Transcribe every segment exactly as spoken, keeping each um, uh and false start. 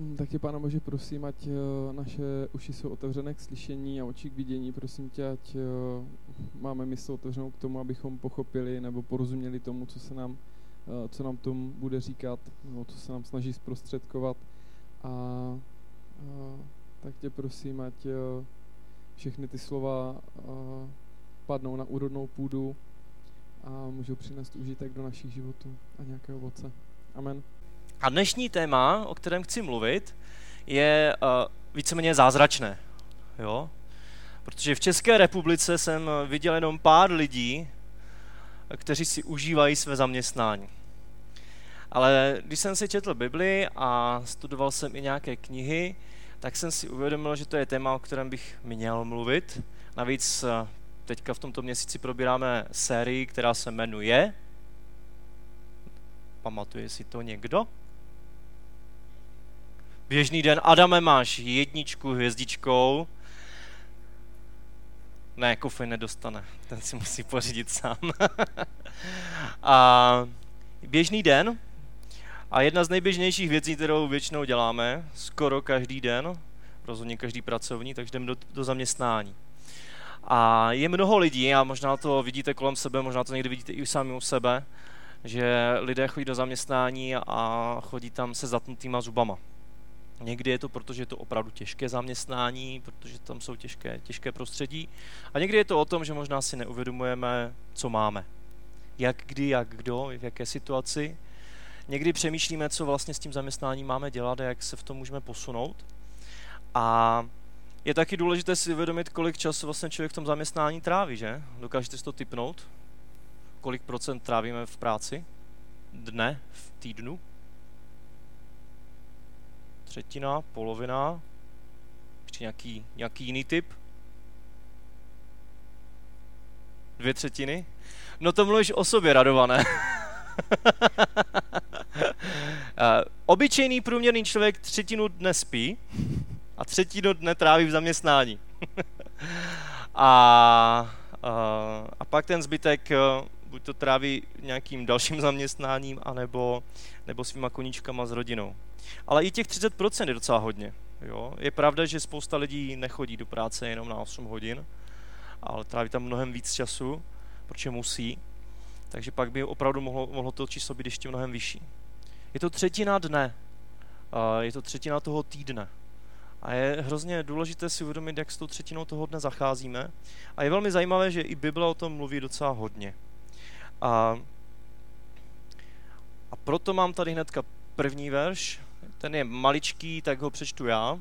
Tak tě, Pána Bože, prosím, ať naše uši jsou otevřené k slyšení a oči k vidění. Prosím tě, ať máme mysl otevřenou k tomu, abychom pochopili nebo porozuměli tomu, co se nám, co nám tomu bude říkat, nebo co se nám snaží zprostředkovat. A, a tak tě prosím, ať všechny ty slova padnou na úrodnou půdu a můžou přinést užitek do našich životů a nějaké ovoce. Amen. A dnešní téma, o kterém chci mluvit, je uh, víceméně zázračné. Jo? Protože v České republice jsem viděl jenom pár lidí, kteří si užívají své zaměstnání. Ale když jsem si četl Bibli a studoval jsem i nějaké knihy, tak jsem si uvědomil, že to je téma, o kterém bych měl mluvit. Navíc teďka v tomto měsíci probíráme sérii, která se jmenuje... Pamatuje si to někdo? Běžný den. Adame, máš jedničku hvězdičkou. Ne, Kofi nedostane. Ten si musí pořídit sám. A běžný den. A jedna z nejběžnějších věcí, kterou většinou děláme, skoro každý den, rozhodně každý pracovní, takže jdeme do, do zaměstnání. A je mnoho lidí, a možná to vidíte kolem sebe, možná to někdy vidíte i sami u sebe, že lidé chodí do zaměstnání a chodí tam se zatnutýma zubama. Někdy je to proto, že je to opravdu těžké zaměstnání, protože tam jsou těžké, těžké prostředí. A někdy je to o tom, že možná si neuvědomujeme, co máme. Jak kdy, jak kdo, v jaké situaci. Někdy přemýšlíme, co vlastně s tím zaměstnáním máme dělat a jak se v tom můžeme posunout. A je taky důležité si uvědomit, kolik času vlastně člověk v tom zaměstnání tráví, že? Dokážete si to tipnout? Kolik procent trávíme v práci? Dne, v týdnu? Třetina, polovina? Ještě nějaký, nějaký jiný typ? Dvě třetiny? No to mluvíš o sobě, Radované. Obyčejný průměrný člověk třetinu dne spí a třetinu dne tráví v zaměstnání. a, a, a pak ten zbytek buď to tráví nějakým dalším zaměstnáním, anebo, nebo svýma koníčkama s rodinou. Ale i těch třicet procent je docela hodně. Jo? Je pravda, že spousta lidí nechodí do práce jenom na osm hodin, ale tráví tam mnohem víc času, protože musí. Takže pak by opravdu mohlo, mohlo to číslo být ještě mnohem vyšší. Je to třetina dne, je to třetina toho týdne. A je hrozně důležité si uvědomit, jak s tou třetinou toho dne zacházíme. A je velmi zajímavé, že i Bible o tom mluví docela hodně. A, a proto mám tady hnedka první verš. Ten je maličký, tak ho přečtu já.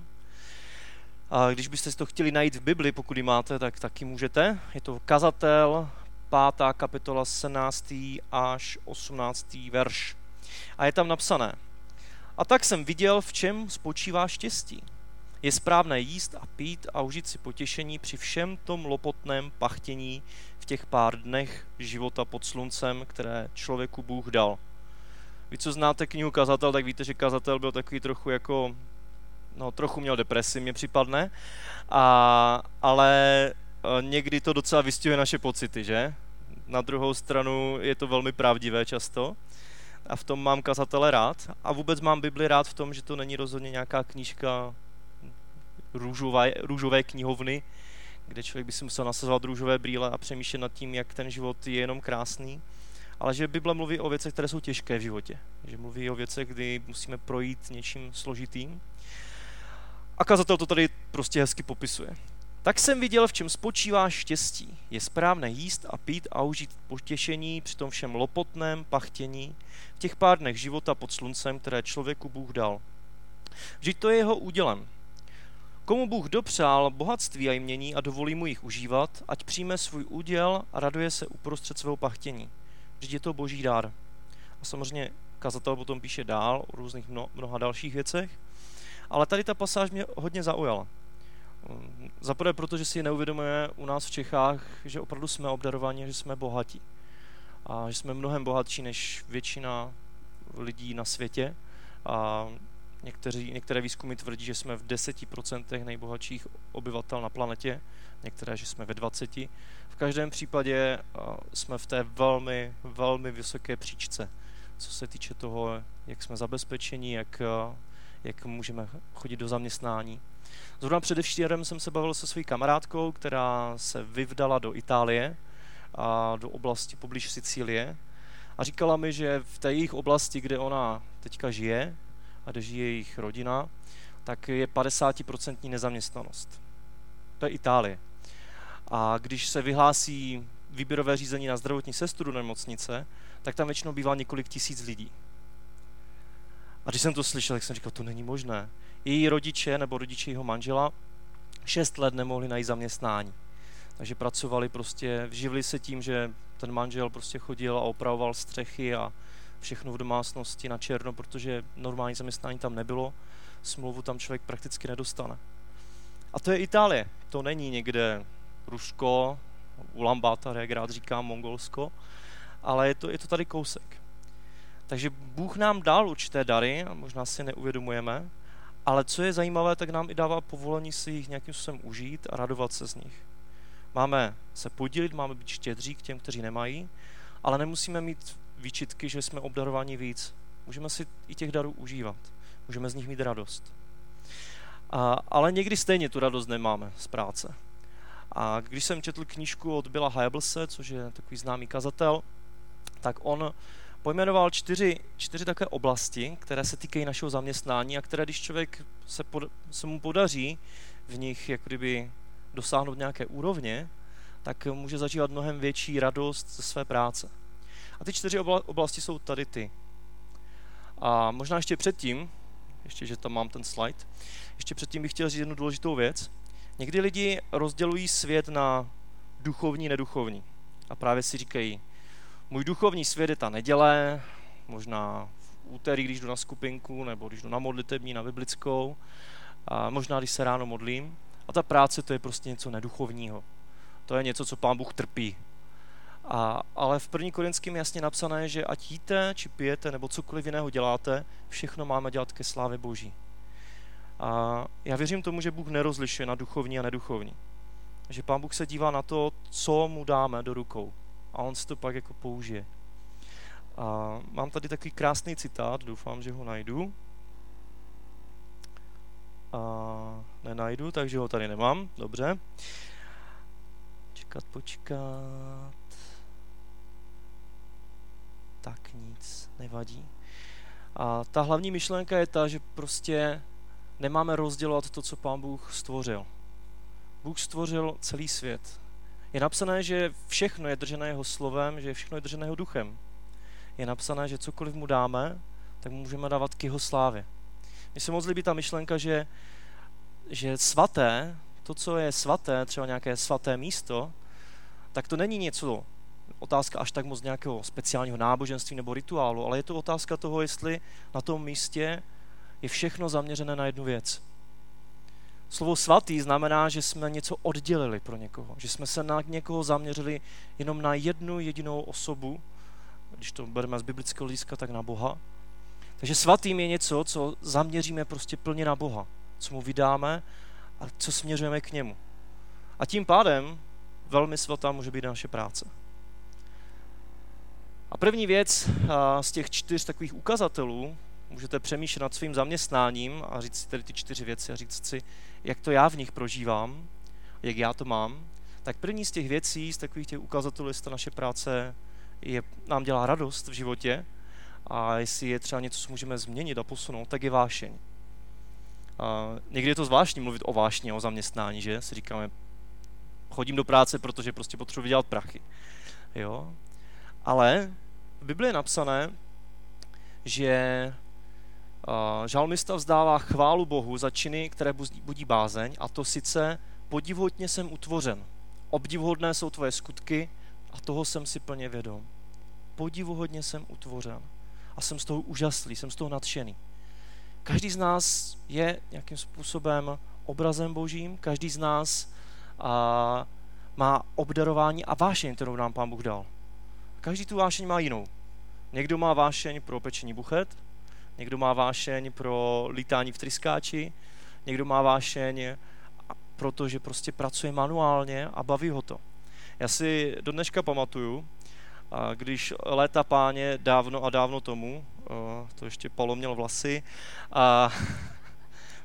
A když byste si to chtěli najít v Bibli, pokud ji máte, tak taky můžete. Je to Kazatel, pátá kapitola, sedmnáctý až osmnáctý verš. A je tam napsané: A tak jsem viděl, v čem spočívá štěstí. Je správné jíst a pít a užít si potěšení při všem tom lopotném pachtění v těch pár dnech života pod sluncem, které člověku Bůh dal. Vy, co znáte knihu Kazatel, tak víte, že Kazatel byl takový trochu jako, no trochu měl depresi, mě připadne, a, ale někdy to docela vystihuje naše pocity, že? Na druhou stranu je to velmi pravdivé často a v tom mám Kazatele rád a vůbec mám Bibli rád v tom, že to není rozhodně nějaká knížka růžové, růžové knihovny, kde člověk by si musel nasazovat růžové brýle a přemýšlet nad tím, jak ten život je jenom krásný, ale že Bible mluví o věcech, které jsou těžké v životě. Že mluví o věcech, kdy musíme projít něčím složitým. A Kazatel to tady prostě hezky popisuje. Tak jsem viděl, v čem spočívá štěstí. Je správné jíst a pít a užít potěšení při tom všem lopotném pachtění v těch pár dnech života pod sluncem, které člověku Bůh dal. Vždyť to je jeho údělem. Komu Bůh dopřál bohatství a jmění a dovolí mu jich užívat, ať přijme svůj úděl a raduje se uprostřed svého pachtění. Vždyť je to boží dár. A samozřejmě Kazatel potom píše dál o různých mno, mnoha dalších věcech, ale tady ta pasáž mě hodně zaujala. Zaprvé proto, že si neuvědomuje u nás v Čechách, že opravdu jsme obdarovaní, že jsme bohatí. A že jsme mnohem bohatší než většina lidí na světě. A někteří, některé výzkumy tvrdí, že jsme v deseti procentech nejbohatších obyvatel na planetě, některé, že jsme ve dvaceti. V každém případě jsme v té velmi, velmi vysoké příčce, co se týče toho, jak jsme zabezpečeni, jak, jak můžeme chodit do zaměstnání. Zrovna předevčírem jsem se bavil se svojí kamarádkou, která se vyvdala do Itálie a do oblasti poblíž Sicílie a říkala mi, že v té jejich oblasti, kde ona teďka žije a kde žije jejich rodina, tak je padesátiprocentní nezaměstnanost. To je Itálie. A když se vyhlásí výběrové řízení na zdravotní sestru do nemocnice, tak tam většinou bývá několik tisíc lidí. A když jsem to slyšel, tak jsem říkal, to není možné. Její rodiče nebo rodiče jeho manžela šest let nemohli najít zaměstnání. Takže pracovali prostě, živili se tím, že ten manžel prostě chodil a opravoval střechy a všechno v domácnosti na černo, protože normální zaměstnání tam nebylo, smlouvu tam člověk prakticky nedostane. A to je Itálie, to není někde Rusko, Ulaanbaatar, jak rád říkám, Mongolsko, ale je to, je to tady kousek. Takže Bůh nám dal určité dary, a možná si neuvědomujeme, ale co je zajímavé, tak nám i dává povolení si jich nějakým způsobem užít a radovat se z nich. Máme se podílit, máme být štědří k těm, kteří nemají, ale nemusíme mít výčitky, že jsme obdarováni víc. Můžeme si i těch darů užívat. Můžeme z nich mít radost. A, ale někdy stejně tu radost nemáme z práce. A když jsem četl knížku od Billa Hybelse, což je takový známý kazatel, tak on pojmenoval čtyři, čtyři takové oblasti, které se týkají našeho zaměstnání a které, když člověk se, pod, se mu podaří v nich jak kdyby dosáhnout nějaké úrovně, tak může zažívat mnohem větší radost ze své práce. A ty čtyři oblasti jsou tady ty. A možná ještě předtím, ještě, že tam mám ten slide, ještě předtím bych chtěl říct jednu důležitou věc. Někdy lidi rozdělují svět na duchovní, neduchovní. A právě si říkají, můj duchovní svět je ta neděle, možná v úterý, když jdu na skupinku, nebo když jdu na modlitební, na biblickou, a možná když se ráno modlím. A ta práce, to je prostě něco neduchovního. To je něco, co Pán Bůh trpí. A, ale v první Korinským je jasně napsané, že ať jíte, či pijete, nebo cokoliv jiného děláte, všechno máme dělat ke slávě Boží. A já věřím tomu, že Bůh nerozlišuje na duchovní a neduchovní. Že Pán Bůh se dívá na to, co mu dáme do rukou. A on si to pak jako použije. A mám tady takový krásný citát, doufám, že ho najdu. A nenajdu, takže ho tady nemám, dobře. Čekat, počkat. Tak nic, nevadí. A ta hlavní myšlenka je ta, že prostě nemáme rozdělovat to, co Pán Bůh stvořil. Bůh stvořil celý svět. Je napsané, že všechno je držené jeho slovem, že všechno je držené jeho duchem. Je napsané, že cokoliv mu dáme, tak mu můžeme dávat k jeho slávě. Mně se moc líbí ta myšlenka, že, že svaté, to, co je svaté, třeba nějaké svaté místo, tak to není něco, otázka až tak moc nějakého speciálního náboženství nebo rituálu, ale je to otázka toho, jestli na tom místě je všechno zaměřené na jednu věc. Slovo svatý znamená, že jsme něco oddělili pro někoho, že jsme se na někoho zaměřili jenom na jednu jedinou osobu, když to bereme z biblického hlediska, tak na Boha. Takže svatým je něco, co zaměříme prostě plně na Boha, co mu vydáme a co směřujeme k němu. A tím pádem velmi svatá může být naše práce. A první věc z těch čtyř takových ukazatelů, můžete přemýšlet nad svým zaměstnáním a říct si tedy ty čtyři věci a říct si, jak to já v nich prožívám, jak já to mám. Tak první z těch věcí, z takových těch ukazatelů, jestli ta naše práce je, nám dělá radost v životě a jestli je třeba něco, co můžeme změnit a posunout, tak je vášeň. A někdy je to zvláštní mluvit o vášni, o zaměstnání, že? Si říkáme, chodím do práce, protože prostě potřebuji vydělat prachy. Jo? Ale v Bibli je napsané, že uh, žalmista vzdává chválu Bohu za činy, které budí bázeň, a to sice podivuhodně jsem utvořen. Obdivuhodné jsou tvoje skutky a toho jsem si plně vědom. Podivuhodně jsem utvořen a jsem z toho úžaslý, jsem z toho nadšený. Každý z nás je nějakým způsobem obrazem Božím, každý z nás uh, má obdarování a vášeň, kterou nám Pán Bůh dal. Každý tu vášeň má jinou. Někdo má vášeň pro pečení buchet, někdo má vášeň pro lítání v tryskáči, někdo má vášeň protože prostě pracuje manuálně a baví ho to. Já si do dneška pamatuju, když léta páně dávno a dávno tomu, to ještě Paulo měl vlasy, a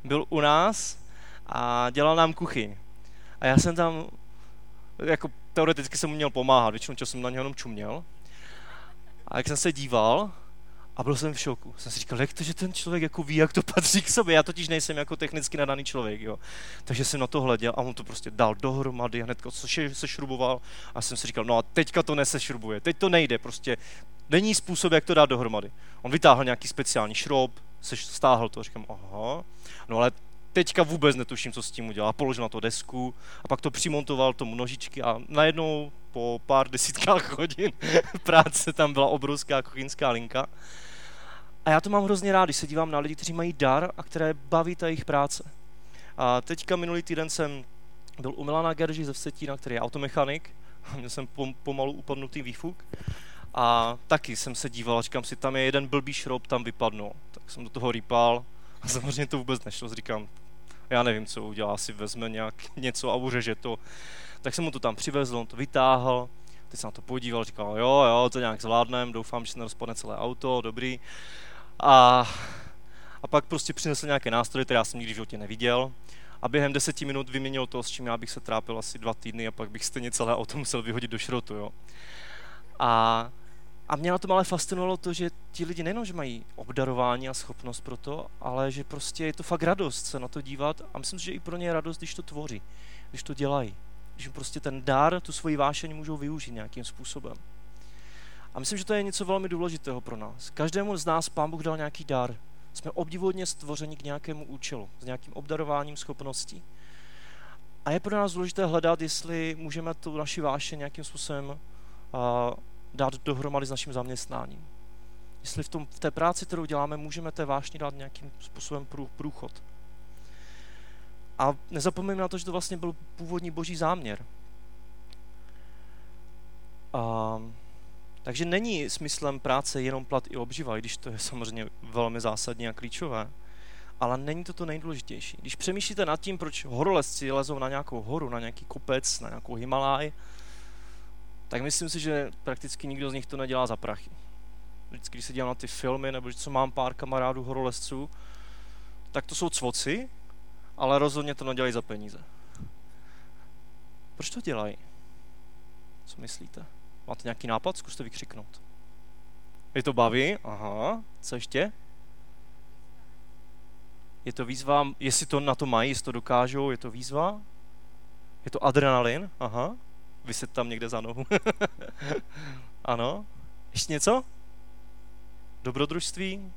byl u nás a dělal nám kuchyň. A já jsem tam, jako teoreticky jsem mu měl pomáhat, většinou času jsem na něho jenom čuměl. A jak jsem se díval, a byl jsem v šoku. Jsem si říkal, jak to, že ten člověk jako ví, jak to patří k sobě. Já totiž nejsem jako technicky nadaný člověk, jo. Takže jsem na to hleděl a on to prostě dal dohromady a hnedka se šruboval. A jsem si říkal, no a teďka to nesešrubuje, teď to nejde, prostě není způsob, jak to dát dohromady. On vytáhl nějaký speciální šroub, se stáhl to, říkám, aha, no ale teďka vůbec netuším, co s tím udělal. Položil na to desku a pak to přimontoval tomu nožičky a najednou po pár desítkách hodin práce tam byla obrovská kuchyňská linka. A já to mám hrozně rád, když se dívám na lidi, kteří mají dar a které baví ta jejich práce. A teďka minulý týden jsem byl u Milana Gerži ze Vsetína, který je automechanik. Měl jsem pomalu upadnutý výfuk. A taky jsem se díval a říkám si, tam je jeden blbý šroub, tam vypadnul. Tak jsem do toho rýpal a samozřejmě to vůbec nešlo. Říkám, já nevím, co udělá, asi vezme nějak něco a uřeže to. Tak jsem mu to tam přivezl, on to vytáhl, teď jsem na to podíval, říkal, jo, jo, to nějak zvládnem, doufám, že se nerozpadne celé auto, dobrý. A, a pak prostě přinesl nějaké nástroje, které já jsem nikdy v životě neviděl. A během deseti minut vyměnil to, s čím já bych se trápil asi dva týdny a pak bych stejně celé auto musel vyhodit do šrotu, jo. A, a mě na tom ale fascinovalo to, že ti lidi nejenom, že mají obdarování a schopnost pro to, ale že prostě je to fakt radost se na to dívat a myslím si, že i pro ně je radost, když to tvoří, když to dělají. Když prostě ten dar, tu svoji vášeň můžou využít nějakým způsobem. A myslím, že to je něco velmi důležitého pro nás. Každému z nás Pán Bůh dal nějaký dar. Jsme obdivuhodně stvořeni k nějakému účelu, s nějakým obdarováním schopností. A je pro nás důležité hledat, jestli můžeme tu naši vášeň nějakým způsobem uh, dát dohromady s naším zaměstnáním. Jestli v, tom, v té práci, kterou děláme, můžeme té vášni dát nějakým způsobem prů, průchod. A nezapomeňme na to, že to vlastně byl původní boží záměr. A, takže není smyslem práce jenom plat i obživa, i když to je samozřejmě velmi zásadní a klíčové, ale není to to nejdůležitější. Když přemýšlíte nad tím, proč horolezci lezou na nějakou horu, na nějaký kopec, na nějakou Himalaj, tak myslím si, že prakticky nikdo z nich to nedělá za prachy. Vždycky, když se dívám na ty filmy, nebo co mám pár kamarádů horolezců, tak to jsou cvoci, ale rozhodně to nedělají za peníze. Proč to dělají? Co myslíte? Máte nějaký nápad? Zkuste vykřiknout. Je to baví? Aha. Co ještě? Je to výzva, jestli to na to mají, jestli to dokážou, je to výzva? Je to adrenalin? Aha. Vyset tam někde za nohu. Ano. Ještě něco? Dobrodružství?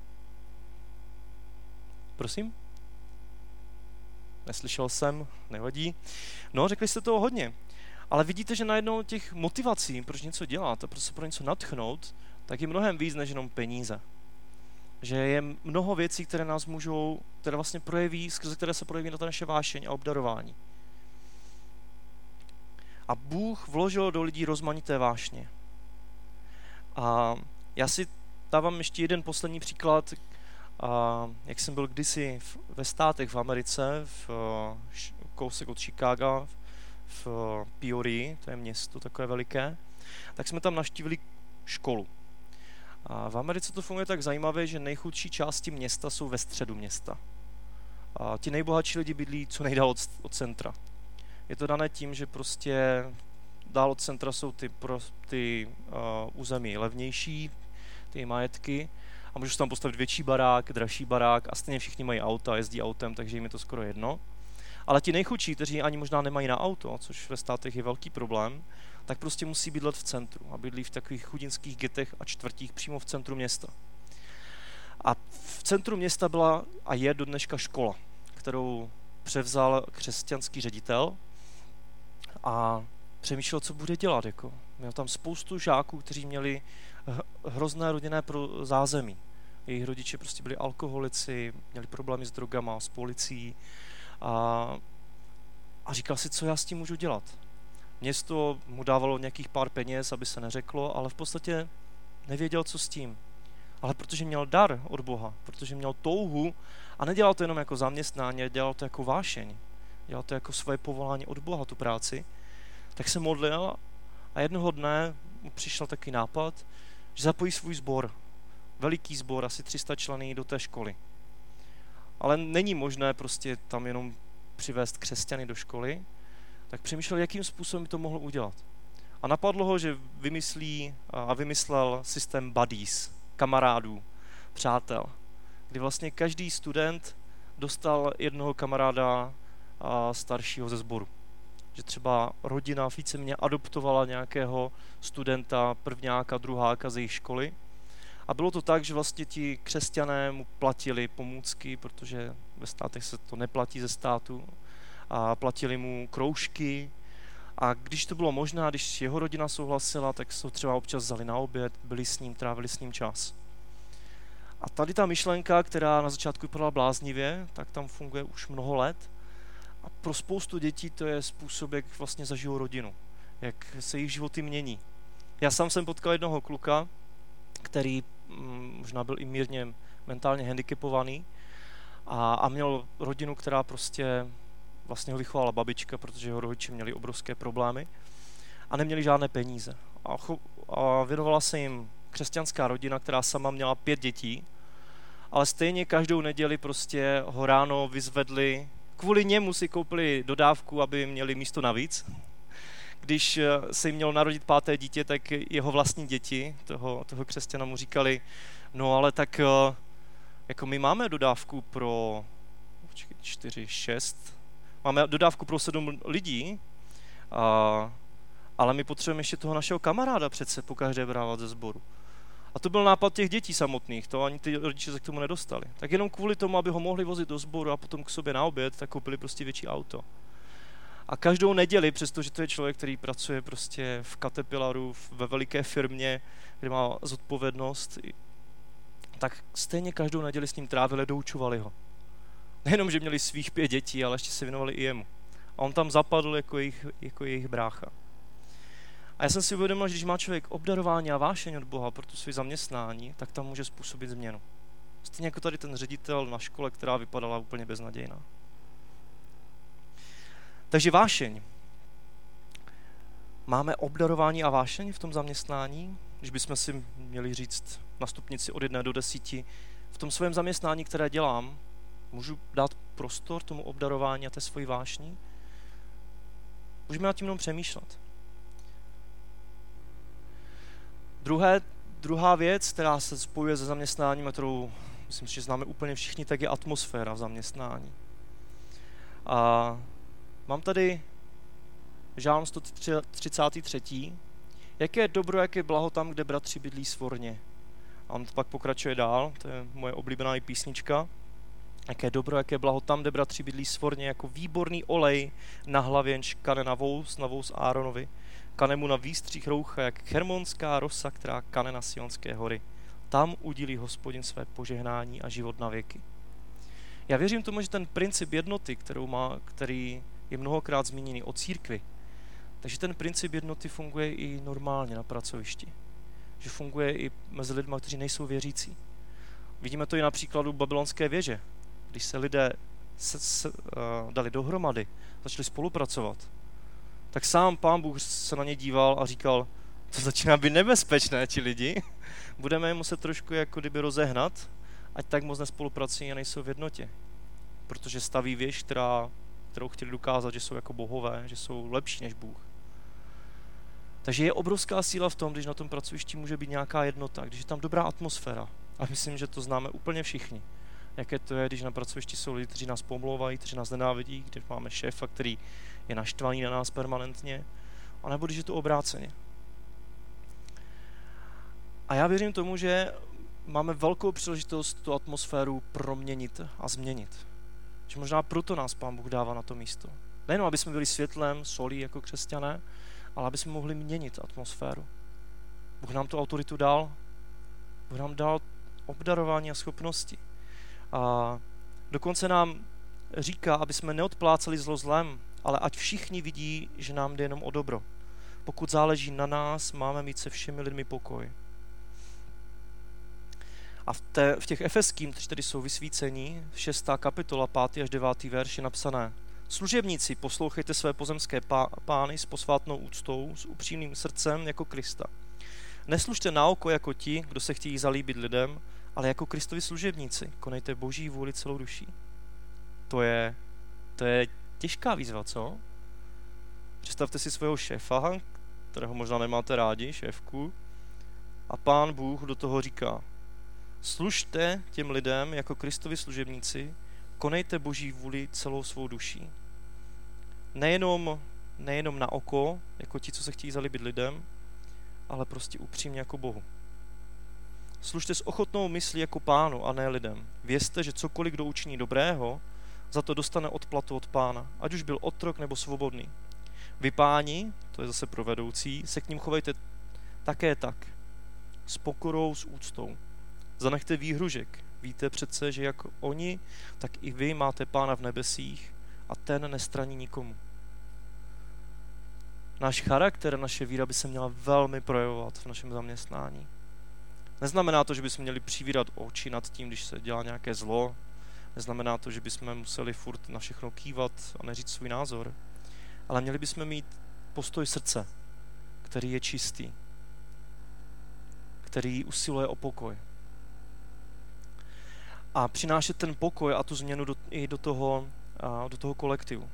Prosím? Neslyšel jsem, nevadí. No, řekli jste toho hodně. Ale vidíte, že najednou těch motivací, proč něco dělat a proč se pro něco nadchnout, tak je mnohem víc než jenom peníze. Že je mnoho věcí, které nás můžou, které vlastně projeví, skrze které se projeví na to naše vášeň a obdarování. A Bůh vložil do lidí rozmanité vášně. A já si dávám ještě jeden poslední příklad. A jak jsem byl kdysi v, ve státech v Americe, v š, kousek od Chicaga, v Peorii, to je město takové veliké, tak jsme tam navštívili školu. A v Americe to funguje tak zajímavé, že nejchudší části města jsou ve středu města. A ti nejbohatší lidi bydlí co nejdál od, od centra. Je to dané tím, že prostě dál od centra jsou ty, pro, ty uh, území levnější, ty majetky, a můžu tam postavit větší barák, dražší barák a stejně všichni mají auta, jezdí autem, takže jim je to skoro jedno. Ale ti nejchudší, kteří ani možná nemají na auto, což ve státech je velký problém, tak prostě musí bydlet v centru a bydlí v takových chudinských getech a čtvrtích přímo v centru města. A v centru města byla a je do dneška škola, kterou převzal křesťanský ředitel a přemýšlel, co bude dělat. Jako. Měl tam spoustu žáků, kteří měli hrozné rodinné zázemí. Jejich rodiče prostě byli alkoholici, měli problémy s drogama, s policií a, a říkal si, co já s tím můžu dělat. Město mu dávalo nějakých pár peněz, aby se neřeklo, ale v podstatě nevěděl, co s tím. Ale protože měl dar od Boha, protože měl touhu a nedělal to jenom jako zaměstnání, dělal to jako vášeň, dělal to jako svoje povolání od Boha, tu práci, tak se modlil a jednoho dne mu přišel takový nápad, že zapojí svůj sbor, veliký sbor, asi tři sta členů do té školy. ale není možné prostě tam jenom přivést křesťany do školy, tak přemýšlel, jakým způsobem by to mohl udělat. A napadlo ho, že vymyslí a vymyslel systém buddies, kamarádů, přátel, kdy vlastně každý student dostal jednoho kamaráda staršího ze sboru. Že třeba rodina víceméně adoptovala nějakého studenta, prvňáka, druháka ze jejich školy. A bylo to tak, že vlastně ti křesťané mu platili pomůcky, protože ve státech se to neplatí ze státu, a platili mu kroužky. A když to bylo možné, když jeho rodina souhlasila, tak se ho třeba občas vzali na oběd, byli s ním, trávili s ním čas. A tady ta myšlenka, která na začátku vypadala bláznivě, tak tam funguje už mnoho let. A pro spoustu dětí to je způsob, jak vlastně zažijou rodinu, jak se jejich životy mění. Já sám jsem potkal jednoho kluka, který mm, možná byl i mírně mentálně handicapovaný a, a měl rodinu, která prostě vlastně ho vychovala babička, protože jeho rodiče měli obrovské problémy a neměli žádné peníze. A, cho, a věnovala se jim křesťanská rodina, která sama měla pět dětí, ale stejně každou neděli prostě ho ráno vyzvedli, kvůli němu si koupili dodávku, aby měli místo navíc. Když se jim mělo narodit páté dítě, tak jeho vlastní děti, toho, toho křesťana, mu říkali, no ale tak jako my máme dodávku pro čtyři, šest, máme dodávku pro sedm lidí, a, ale my potřebujeme ještě toho našeho kamaráda přece pokaždé brávat ze sboru. A to byl nápad těch dětí samotných, to ani ty rodiče se k tomu nedostali. Tak jenom kvůli tomu, aby ho mohli vozit do sboru a potom k sobě na oběd, tak koupili prostě větší auto. A každou neděli, přestože to je člověk, který pracuje prostě v Caterpillaru, ve veliké firmě, kde má zodpovědnost, tak stejně každou neděli s ním trávili, doučovali ho. Nejenom, že měli svých pět dětí, ale ještě se věnovali i jemu. A on tam zapadl jako jejich, jako jejich brácha. A já jsem si uvědomil, že když má člověk obdarování a vášeň od Boha pro to své zaměstnání, tak tam může způsobit změnu. Stejně jako tady ten ředitel na škole, která vypadala úplně beznadějná. Takže vášeň. Máme obdarování a vášeň v tom zaměstnání? Když bychom si měli říct na stupnici od jedné do desíti, v tom svém zaměstnání, které dělám, můžu dát prostor tomu obdarování a té svoji vášni? Můžeme nad tím jenom přemýšlet. Druhé, druhá věc, která se spojuje se zaměstnáním, a kterou myslím, že známe úplně všichni, tak je atmosféra v zaměstnání. A mám tady Žálm sto třicátý třetí Jaké je dobro, jaké je blaho tam, kde bratři bydlí svorně. A on pak pokračuje dál, to je moje oblíbená i písnička. Jaké je dobro, jaké je blaho tam, kde bratři bydlí svorně, jako výborný olej na hlavě, jenž kane na vous, na vous Áronovi. Kane mu na výstřích roucha, jak hermonská rosa, která kane na Sionské hory. Tam udílí Hospodin své požehnání a život na věky. Já věřím tomu, že ten princip jednoty, kterou má, který je mnohokrát zmíněný o církvi, takže ten princip jednoty funguje i normálně na pracovišti. Že funguje i mezi lidmi, kteří nejsou věřící. Vidíme to i na příkladu Babylonské věže. Když se lidé se, se, uh, dali dohromady, začali spolupracovat, tak sám Pán Bůh se na ně díval a říkal, to začíná být nebezpečné, ti lidi. Budeme je muset trošku jako kdyby rozehnat, ať tak moc nespolupracují a nejsou v jednotě. Protože staví věž, která, kterou chtěli dokázat, že jsou jako bohové, že jsou lepší než Bůh. Takže je obrovská síla v tom, když na tom pracovišti může být nějaká jednota, když je tam dobrá atmosféra. A myslím, že to známe úplně všichni. Jaké to je, když na pracovišti jsou lidi, kteří nás pomlouvají, kteří nás nenávidí, když máme šéfa, který je naštvaný na nás permanentně, anebo když je to obráceně. A já věřím tomu, že máme velkou příležitost tu atmosféru proměnit a změnit. Že možná proto nás Pán Bůh dává na to místo. Nejenom, aby jsme byli světlem, solí jako křesťané, ale aby jsme mohli měnit atmosféru. Bůh nám tu autoritu dal, Bůh nám dal obdarování a schopnosti. A dokonce nám říká, aby jsme neodpláceli zlo zlem, ale ať všichni vidí, že nám jde jenom o dobro. Pokud záleží na nás, máme mít se všemi lidmi pokoj. A v, té, v těch Efeským, kteří tady jsou vysvícení, šestá kapitola, pátý až devátý verš je napsané: Služebníci, poslouchejte své pozemské pá, pány s posvátnou úctou, s upřímným srdcem jako Krista. Neslužte na oko jako ti, kdo se chtějí zalíbit lidem, ale jako Kristovi služebníci, konejte Boží vůli celou duší. To je, to je těžká výzva, co? Představte si svého šéfa, kterého možná nemáte rádi, šéfku, a Pán Bůh do toho říká: služte těm lidem jako Kristovi služebníci, konejte Boží vůli celou svou duší. Nejenom, nejenom na oko, jako ti, co se chtějí zalíbit lidem, ale prostě upřímně jako Bohu. Služte s ochotnou myslí jako Pánu a ne lidem. Vězte, že cokoliv kdo učiní dobrého, za to dostane odplatu od Pána, ať už byl otrok nebo svobodný. Vy páni, to je zase pro vedoucí, se k ním chovejte také tak, s pokorou, s úctou. Zanechte výhružek. Víte přece, že jak oni, tak i vy máte Pána v nebesích a ten nestraní nikomu. Náš charakter, naše víra by se měla velmi projevovat v našem zaměstnání. Neznamená to, že bychom měli přivírat oči nad tím, když se dělá nějaké zlo. Neznamená to, že bychom museli furt na všechno kývat a neříct svůj názor. Ale měli bychom mít postoj srdce, který je čistý, který usiluje o pokoj. A přinášet ten pokoj a tu změnu do, i do toho, a do toho kolektivu.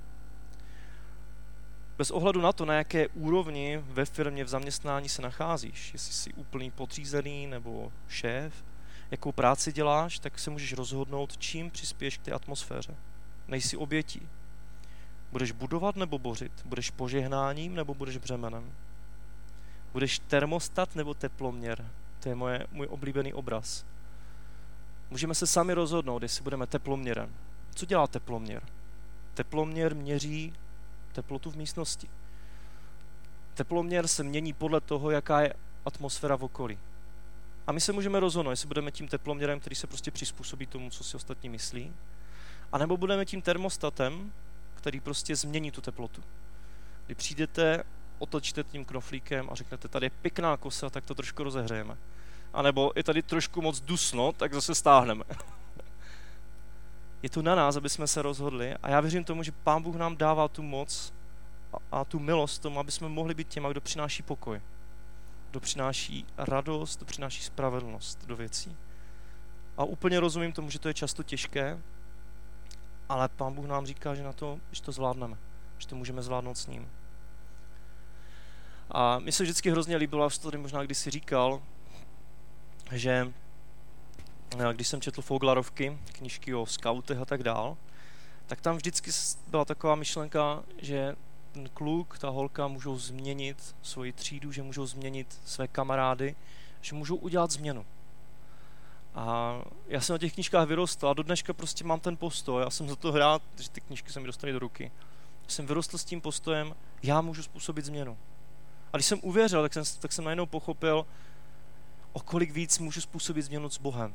Bez ohledu na to, na jaké úrovni ve firmě, v zaměstnání se nacházíš, jestli jsi úplný podřízený nebo šéf, jakou práci děláš, tak se můžeš rozhodnout, čím přispěješ k té atmosféře. Nejsi obětí. Budeš budovat nebo bořit? Budeš požehnáním nebo budeš břemenem? Budeš termostat nebo teploměr? To je moje, můj oblíbený obraz. Můžeme se sami rozhodnout, jestli budeme teploměrem. Co dělá teploměr? Teploměr měří teplotu v místnosti. Teploměr se mění podle toho, jaká je atmosféra v okolí. A my se můžeme rozhodnout, jestli budeme tím teploměrem, který se prostě přizpůsobí tomu, co si ostatní myslí, anebo budeme tím termostatem, který prostě změní tu teplotu. Kdy přijdete, otočíte tím knoflíkem a řeknete, tady je pěkná kosa, tak to trošku rozehřejeme. A nebo je tady trošku moc dusno, tak zase stáhneme. Je to na nás, aby jsme se rozhodli a já věřím tomu, že Pán Bůh nám dává tu moc a, a tu milost tomu, aby jsme mohli být těma, kdo přináší pokoj. Kdo přináší radost, kdo přináší spravedlnost do věcí. A úplně rozumím tomu, že to je často těžké, ale Pán Bůh nám říká, že na to, že to zvládneme, že to můžeme zvládnout s ním. A mně se vždycky hrozně líbilo, já jsem to tady možná kdysi říkal, že když jsem četl Foglarovky, knížky o skautech a tak dál, tak tam vždycky byla taková myšlenka, že ten kluk, ta holka můžou změnit svoji třídu, že můžou změnit své kamarády, že můžou udělat změnu. A já jsem na těch knížkách vyrostl a do dneška prostě mám ten postoj, já jsem za to rád, že ty knížky se mi dostaly do ruky. Jsem vyrostl s tím postojem, já můžu způsobit změnu. A když jsem uvěřil, tak jsem, tak jsem najednou pochopil, o kolik víc můžu způsobit změnu s Bohem.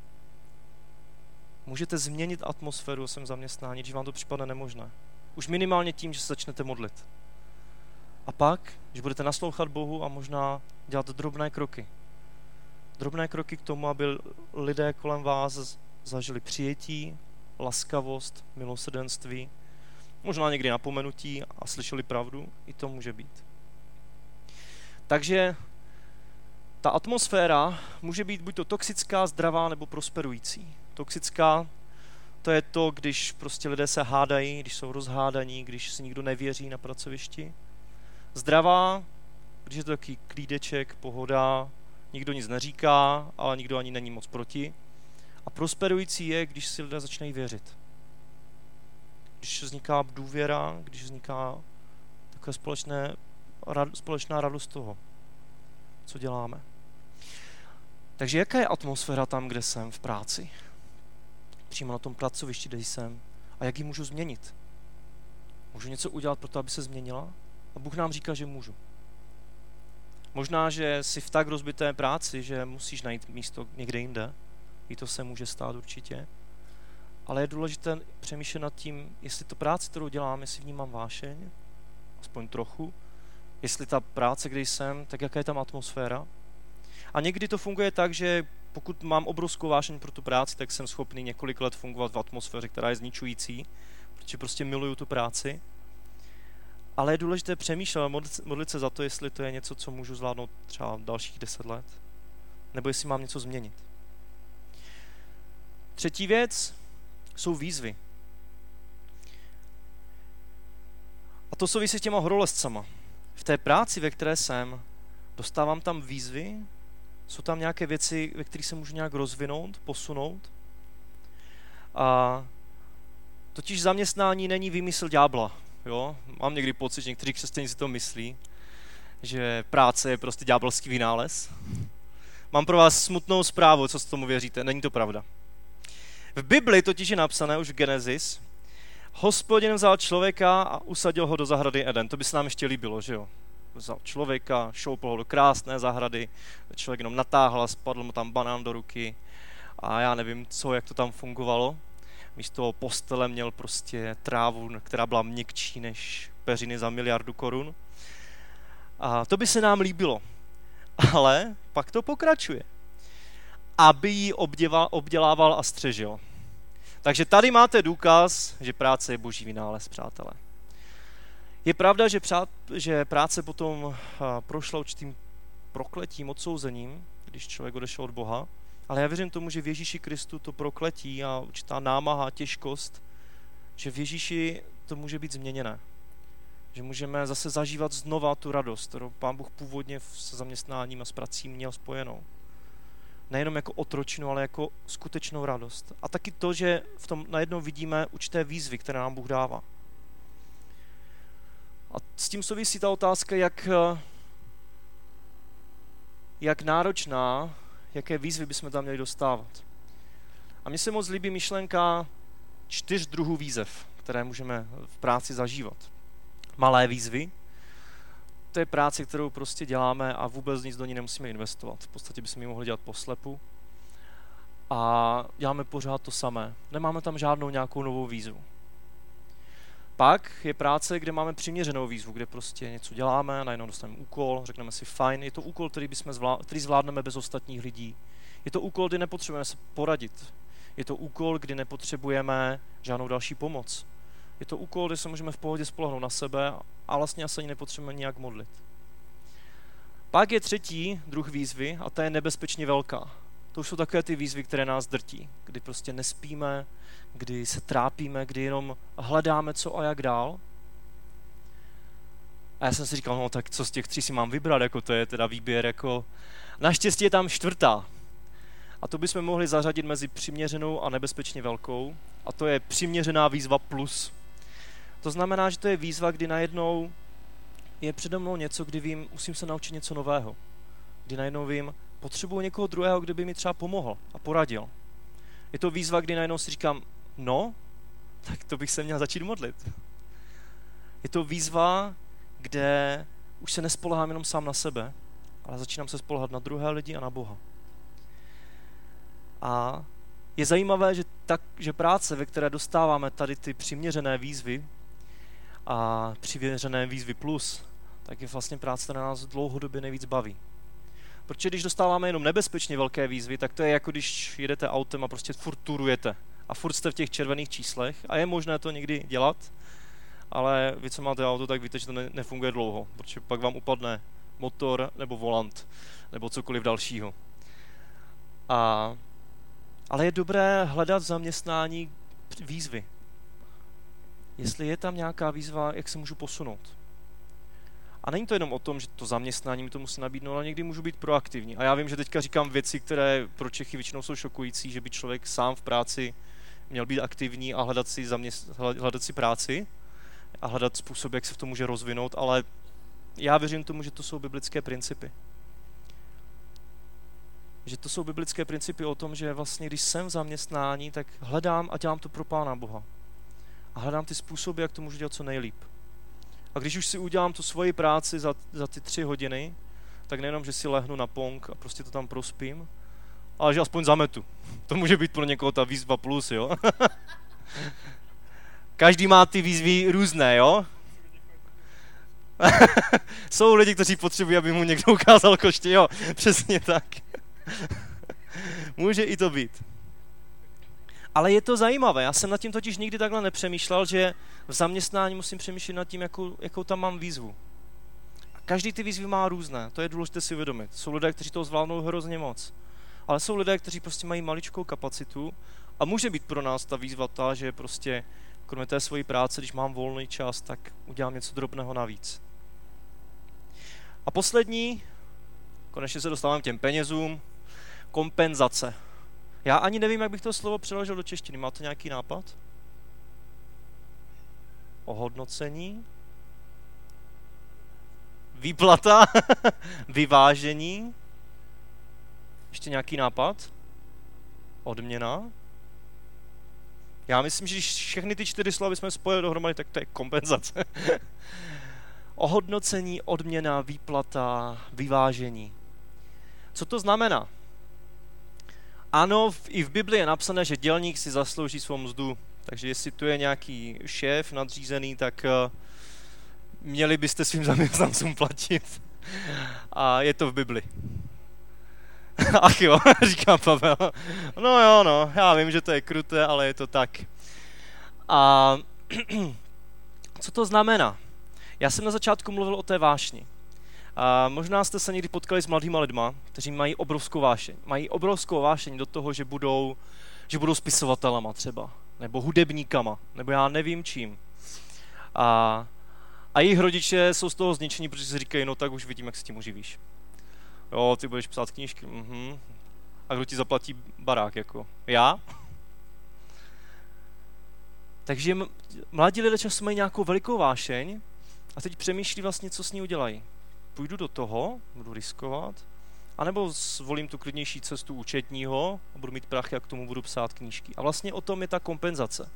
Můžete změnit atmosféru ve svém zaměstnání, když vám to připadne nemožné. Už minimálně tím, že se začnete modlit. A pak, když budete naslouchat Bohu a možná dělat drobné kroky. Drobné kroky k tomu, aby lidé kolem vás zažili přijetí, laskavost, milosrdenství, možná někdy napomenutí a slyšeli pravdu, i to může být. Takže ta atmosféra může být buď to toxická, zdravá nebo prosperující. Toxická, to je to, když prostě lidé se hádají, když jsou rozhádaní, když si nikdo nevěří na pracovišti. Zdravá, když je to takový klídeček, pohoda, nikdo nic neříká, ale nikdo ani není moc proti. A prosperující je, když si lidé začínají věřit. Když vzniká důvěra, když vzniká takové společné, společná radost toho, co děláme. Takže jaká je atmosféra tam, kde jsem v práci? Přímo na tom pracovišti, kde jsem. A jak ji můžu změnit? Můžu něco udělat pro to, aby se změnila? A Bůh nám říká, že můžu. Možná, že jsi v tak rozbité práci, že musíš najít místo někde jinde. I to se může stát určitě. Ale je důležité přemýšlet nad tím, jestli to práce, kterou dělám, jestli vnímám vášeň, aspoň trochu, jestli ta práce, kde jsem, tak jaká je tam atmosféra. A někdy to funguje tak, že pokud mám obrovskou vášeň pro tu práci, tak jsem schopný několik let fungovat v atmosféře, která je zničující, protože prostě miluju tu práci. Ale je důležité přemýšlet, modlit se za to, jestli to je něco, co můžu zvládnout třeba dalších deset let, nebo jestli mám něco změnit. Třetí věc jsou výzvy. A to souvisí s těma horolezcama. V té práci, ve které jsem, dostávám tam výzvy, jsou tam nějaké věci, ve kterých se můžu nějak rozvinout, posunout. A totiž zaměstnání není výmysl ďábla. Jo? Mám někdy pocit, že někteří křesťané si to myslí, že práce je prostě ďábelský vynález. Mám pro vás smutnou zprávu, co s tomu věříte. Není to pravda. V Bibli totiž je napsané už v Genesis, Hospodin vzal člověka a usadil ho do zahrady Eden. To by se nám ještě líbilo, že jo? Vzal člověka, šoupl ho do krásné zahrady, člověk jenom natáhl a spadl mu tam banán do ruky a já nevím co, jak to tam fungovalo. Místo postele měl prostě trávu, která byla měkčí než peřiny za miliardu korun. A to by se nám líbilo. Ale pak to pokračuje. Aby ji obděval, obdělával a střežil. Takže tady máte důkaz, že práce je boží vynález, přátelé. Je pravda, že, přát, že práce potom prošla určitým prokletím, odsouzením, když člověk odešel od Boha, ale já věřím tomu, že v Ježíši Kristu to prokletí a určitá námaha, těžkost, že v Ježíši to může být změněné. Že můžeme zase zažívat znova tu radost, kterou Pán Bůh původně se zaměstnáním a s prací měl spojenou. Nejenom jako otročinu, ale jako skutečnou radost. A taky to, že v tom najednou vidíme určité výzvy, které nám Bůh dává. A s tím souvisí ta otázka, jak, jak náročná, jaké výzvy bychom tam měli dostávat. A mně se moc líbí myšlenka čtyř druhů výzev, které můžeme v práci zažívat. Malé výzvy, to je práce, kterou prostě děláme a vůbec nic do ní nemusíme investovat. V podstatě bychom ji mohli dělat poslepu. A děláme pořád to samé. Nemáme tam žádnou nějakou novou výzvu. Pak je práce, kde máme přiměřenou výzvu, kde prostě něco děláme, najednou dostaneme úkol, řekneme si fajn, je to úkol, který, bychom zvlá- který zvládneme bez ostatních lidí. Je to úkol, kdy nepotřebujeme se poradit. Je to úkol, kdy nepotřebujeme žádnou další pomoc. Je to úkol, kde se můžeme v pohodě spolehnout na sebe a vlastně asi ani nepotřebujeme nijak modlit. Pak je třetí druh výzvy a ta je nebezpečně velká. To už jsou takové ty výzvy, které nás drtí, kdy prostě nespíme, kdy se trápíme, kdy jenom hledáme co a jak dál. A já jsem si říkal, no tak co z těch tří si mám vybrat, jako to je teda výběr, jako naštěstí je tam čtvrtá. A to bychom mohli zařadit mezi přiměřenou a nebezpečně velkou. A to je přiměřená výzva plus. To znamená, že to je výzva, kdy najednou je přede mnou něco, kdy vím, musím se naučit něco nového. Kdy najednou vím, potřebuji někoho druhého, kdo by mi třeba pomohl a poradil. Je to výzva, kdy najednou si říkám, no, tak to bych se měl začít modlit. Je to výzva, kde už se nespolehám jenom sám na sebe, ale začínám se spoléhat na druhé lidi a na Boha. A je zajímavé, že, tak, že práce, ve které dostáváme tady ty přiměřené výzvy a přiměřené výzvy plus, tak je vlastně práce, která nás dlouhodobě nejvíc baví. Protože když dostáváme jenom nebezpečně velké výzvy, tak to je jako když jedete autem a prostě furt turujete a furt jste v těch červených číslech a je možné to někdy dělat, ale vy, co máte auto, tak víte, že to ne, nefunguje dlouho, protože pak vám upadne motor nebo volant nebo cokoliv dalšího. A, ale je dobré hledat v zaměstnání výzvy. Jestli je tam nějaká výzva, jak se můžu posunout. A není to jenom o tom, že to zaměstnání mi to musí nabídnout, ale někdy můžu být proaktivní. A já vím, že teďka říkám věci, které pro Čechy většinou jsou šokující, že by člověk sám v práci měl být aktivní a hledat si, zaměst... hledat si práci a hledat způsob, jak se v tom může rozvinout, ale já věřím tomu, že to jsou biblické principy. Že to jsou biblické principy o tom, že vlastně, když jsem v zaměstnání, tak hledám a dělám to pro Pána Boha. A hledám ty způsoby, jak to můžu dělat co nejlíp. A když už si udělám tu svoji práci za, za ty tři hodiny, tak nejenom, že si lehnu na pong a prostě to tam prospím, ale že aspoň zametu. To může být pro někoho ta výzva plus, jo? Každý má ty výzvy různé, jo? Jsou lidi, kteří potřebují, aby mu někdo ukázal koště, jo? Přesně tak. Může i to být. Ale je to zajímavé, já jsem nad tím totiž nikdy takhle nepřemýšlel, že v zaměstnání musím přemýšlet nad tím, jakou, jakou tam mám výzvu. A každý ty výzvy má různé, to je důležité si uvědomit. Jsou lidé, kteří toho zvládnou hrozně moc. Ale jsou lidé, kteří prostě mají maličkou kapacitu a může být pro nás ta výzva ta, že prostě kromě té svojí práce, když mám volný čas, tak udělám něco drobného navíc. A poslední, konečně se dostávám k těm penězům, kompenzace. Já ani nevím, jak bych to slovo přeložil do češtiny. Máte nějaký nápad? Ohodnocení? Výplata? Vyvážení? Ještě nějaký nápad? Odměna? Já myslím, že když všechny ty čtyři slova bychom spojili dohromady, tak to je kompenzace. Ohodnocení, odměna, výplata, vyvážení. Co to znamená? Ano, i v Biblii je napsané, že dělník si zaslouží svou mzdu. Takže jestli tu je nějaký šéf nadřízený, tak uh, měli byste svým zaměstnancům platit. A je to v Bibli. Ach jo, říká Pavel. No jo, no, já vím, že to je kruté, ale je to tak. A co to znamená? Já jsem na začátku mluvil o té vášni. A možná jste se někdy potkali s mladýma lidma, kteří mají obrovskou vášeň. Mají obrovskou vášeň do toho, že budou, že budou spisovatelama třeba, nebo hudebníkama, nebo já nevím čím. A, a jejich rodiče jsou z toho zničení, protože si říkají, no tak už vidím, jak se tím uživíš. Jo, ty budeš psát knížky, mhm. A kdo ti zaplatí barák, jako? Já? Takže mladí lidé často mají nějakou velikou vášeň a teď přemýšlí vlastně, co s ní udělají. Půjdu do toho, budu riskovat, anebo zvolím tu klidnější cestu účetního a budu mít prachy a k tomu budu psát knížky. A vlastně o tom je ta kompenzace.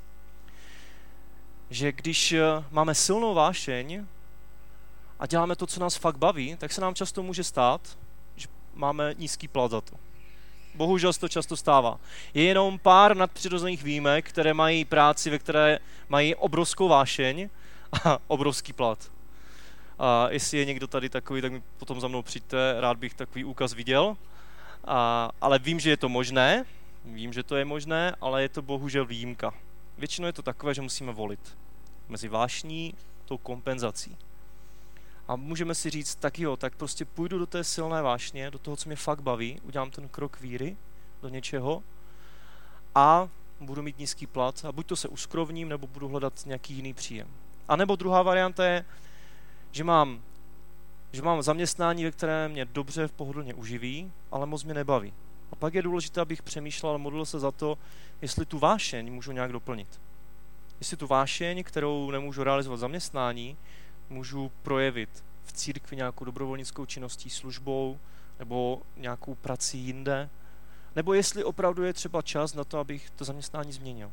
Že když máme silnou vášeň a děláme to, co nás fakt baví, tak se nám často může stát, že máme nízký plat za to. Bohužel se to často stává. Je jenom pár nadpřirozených výjimek, které mají práci, ve které mají obrovskou vášeň a obrovský plat. A jestli je někdo tady takový, tak mi potom za mnou přijďte, rád bych takový úkaz viděl. A, ale vím, že je to možné, vím, že to je možné, ale je to bohužel výjimka. Většinou je to takové, že musíme volit mezi vášní a tou kompenzací. A můžeme si říct, tak jo, tak prostě půjdu do té silné vášně, do toho, co mě fakt baví, udělám ten krok víry do něčeho a budu mít nízký plat a buď to se uskrovním, nebo budu hledat nějaký jiný příjem. A nebo druhá varianta je, že mám, že mám zaměstnání, ve které mě dobře v pohodlně uživí, ale moc mě nebaví. A pak je důležité, abych přemýšlel a modlil se za to, jestli tu vášeň můžu nějak doplnit. Jestli tu vášeň, kterou nemůžu realizovat v zaměstnání, můžu projevit v církvi nějakou dobrovolnickou činností, službou nebo nějakou prací jinde, nebo jestli opravdu je třeba čas na to, abych to zaměstnání změnil.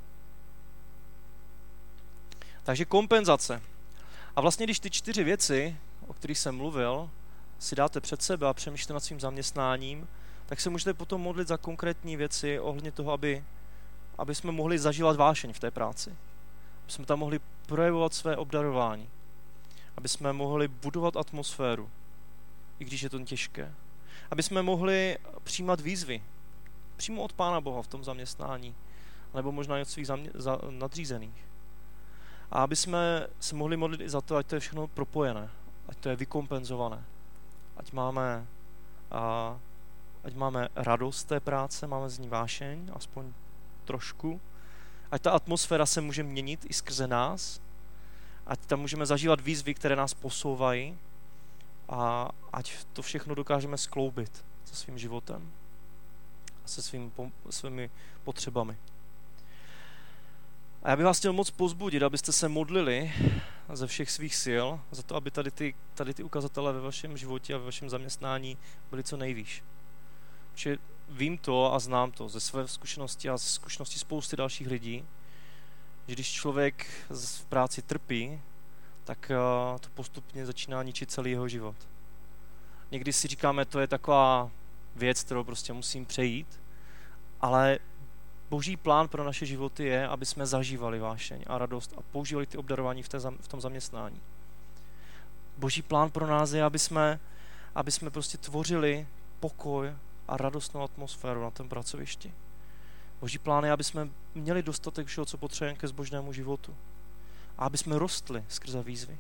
Takže kompenzace. A vlastně, když ty čtyři věci, o kterých jsem mluvil, si dáte před sebe a přemýšlíte nad svým zaměstnáním, tak se můžete potom modlit za konkrétní věci ohledně toho, aby, aby jsme mohli zažívat vášeň v té práci. Aby jsme tam mohli projevovat své obdarování. Aby jsme mohli budovat atmosféru, i když je to těžké. Aby jsme mohli přijímat výzvy přímo od Pána Boha v tom zaměstnání, nebo možná i od svých zamě- za- nadřízených. A aby jsme se mohli modlit i za to, ať to je všechno propojené, ať to je vykompenzované, ať máme, a, ať máme radost té práce, máme z ní vášeň, aspoň trošku, ať ta atmosféra se může měnit i skrze nás, ať tam můžeme zažívat výzvy, které nás posouvají a ať to všechno dokážeme skloubit se svým životem a se svým, svými potřebami. A já bych vás chtěl moc povzbudit, abyste se modlili ze všech svých sil za to, aby tady ty, tady ty ukazatele ve vašem životě a ve vašem zaměstnání byly co nejvýš. Protože vím to a znám to ze své zkušenosti a ze zkušenosti spousty dalších lidí, že když člověk v práci trpí, tak to postupně začíná ničit celý jeho život. Někdy si říkáme, to je taková věc, kterou prostě musím přejít, ale Boží plán pro naše životy je, aby jsme zažívali vášeň a radost a používali ty obdarování v, té, v tom zaměstnání. Boží plán pro nás je, aby jsme, aby jsme prostě tvořili pokoj a radostnou atmosféru na tom pracovišti. Boží plán je, aby jsme měli dostatek všeho, co potřebujeme ke zbožnému životu. A aby jsme rostli skrze výzvy.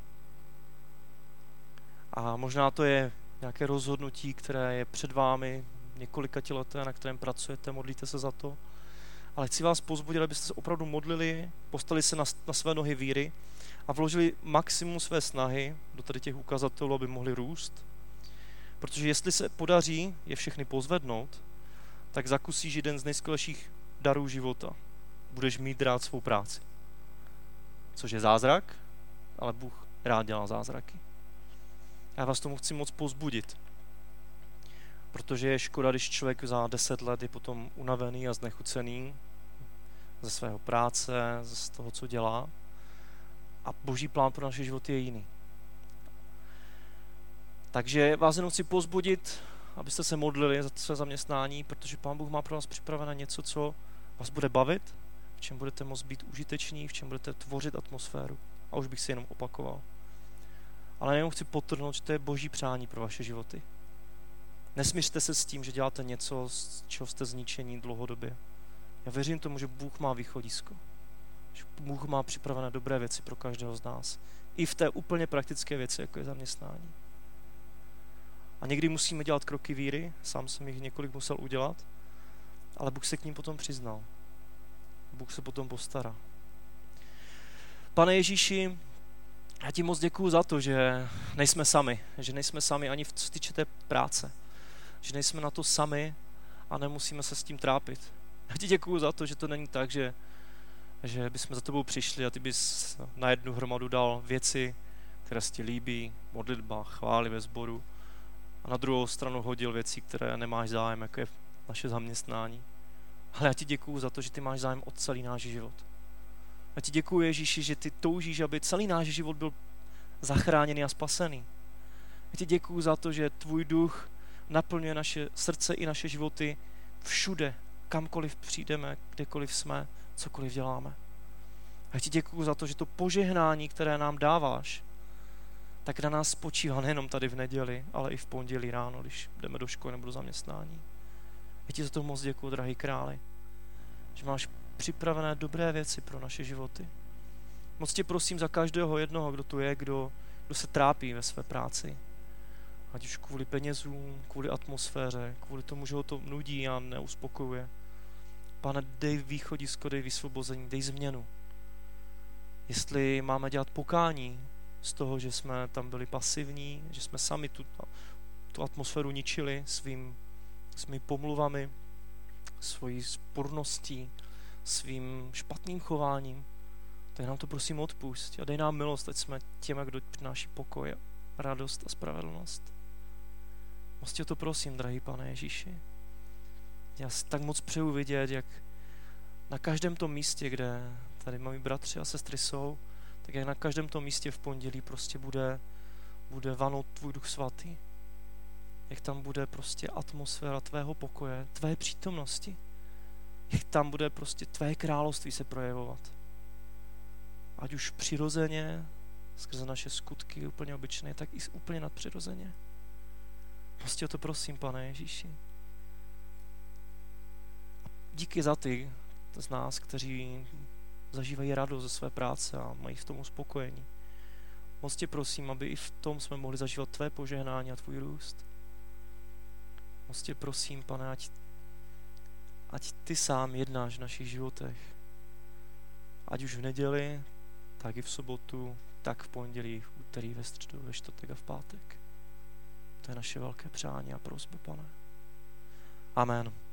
A možná to je nějaké rozhodnutí, které je před vámi několika leté, na kterém pracujete, modlíte se za to. Ale chci vás povzbudit, abyste se opravdu modlili, postavili se na, na své nohy víry a vložili maximum své snahy do tady těch ukazatelů, aby mohli růst. Protože jestli se podaří je všechny pozvednout, tak zakusíš jeden z nejskvělejších darů života. Budeš mít rád svou práci. Což je zázrak, ale Bůh rád dělá zázraky. Já vás tomu chci moc povzbudit. Protože je škoda, když člověk za deset let je potom unavený a znechucený ze svého práce, z toho, co dělá. A Boží plán pro naše životy je jiný. Takže vás jenom chci povzbudit, abyste se modlili za své zaměstnání, protože Pán Bůh má pro nás připravené něco, co vás bude bavit, v čem budete moct být užiteční, v čem budete tvořit atmosféru. A už bych si jenom opakoval. Ale jenom chci podtrhnout, že to je Boží přání pro vaše životy. Nesmířte se s tím, že děláte něco, z čeho jste zničení dlouhodobě. Já věřím tomu, že Bůh má východisko. Že Bůh má připravené dobré věci pro každého z nás. I v té úplně praktické věci, jako je zaměstnání. A někdy musíme dělat kroky víry, sám jsem jich několik musel udělat, ale Bůh se k ním potom přiznal. Bůh se potom postará. Pane Ježíši, já ti moc děkuju za to, že nejsme sami, že nejsme sami ani v co se týče té práce, že nejsme na to sami a nemusíme se s tím trápit. Já ti děkuju za to, že to není tak, že, že bychom za tebou přišli a ty bys na jednu hromadu dal věci, které se ti líbí, modlitba, chvály ve sboru, a na druhou stranu hodil věci, které nemáš zájem, jako je naše zaměstnání. Ale já ti děkuju za to, že ty máš zájem o celý náš život. Já ti děkuju, Ježíši, že ty toužíš, aby celý náš život byl zachráněný a spasený. Já ti děkuju za to, že tvůj duch naplňuje naše srdce i naše životy všude, kamkoliv přijdeme, kdekoliv jsme, cokoliv děláme. Já ti děkuju za to, že to požehnání, které nám dáváš, tak na nás spočívá nejenom tady v neděli, ale i v pondělí ráno, když jdeme do školy nebo do zaměstnání. Já ti za to moc děkuju, drahý králi, že máš připravené dobré věci pro naše životy. Moc tě prosím za každého jednoho, kdo tu je, kdo, kdo se trápí ve své práci. Ať už kvůli penězům, kvůli atmosféře, kvůli tomu, že ho to nudí a neuspokojuje. Pane, dej východisko, dej vysvobození, dej změnu. Jestli máme dělat pokání z toho, že jsme tam byli pasivní, že jsme sami tu, tu atmosféru ničili svým, svými pomluvami, svojí sporností, svým špatným chováním, tak nám to prosím odpusť a dej nám milost, ať jsme těmi, kdo přináší pokoj, radost a spravedlnost. Moc tě to prosím, drahý Pane Ježíši. Já si tak moc přeju vidět, jak na každém tom místě, kde tady moji bratři a sestry jsou, tak jak na každém tom místě v pondělí prostě bude, bude vanout tvůj Duch Svatý. Jak tam bude prostě atmosféra tvého pokoje, tvé přítomnosti. Jak tam bude prostě tvé království se projevovat. Ať už přirozeně, skrze naše skutky úplně obyčejné, tak i úplně nadpřirozeně. Prostě o to prosím, Pane Ježíši. Díky za ty z nás, kteří zažívají radost ze své práce a mají v tom uspokojení. Moc tě prosím, aby i v tom jsme mohli zažívat tvé požehnání a tvůj růst. Moc tě prosím, Pane, ať, ať ty sám jednáš v našich životech. Ať už v neděli, tak i v sobotu, tak v pondělí, v úterý, ve středu, ve čtvrtek a v pátek. To je naše velké přání a prosba, Pane. Amen.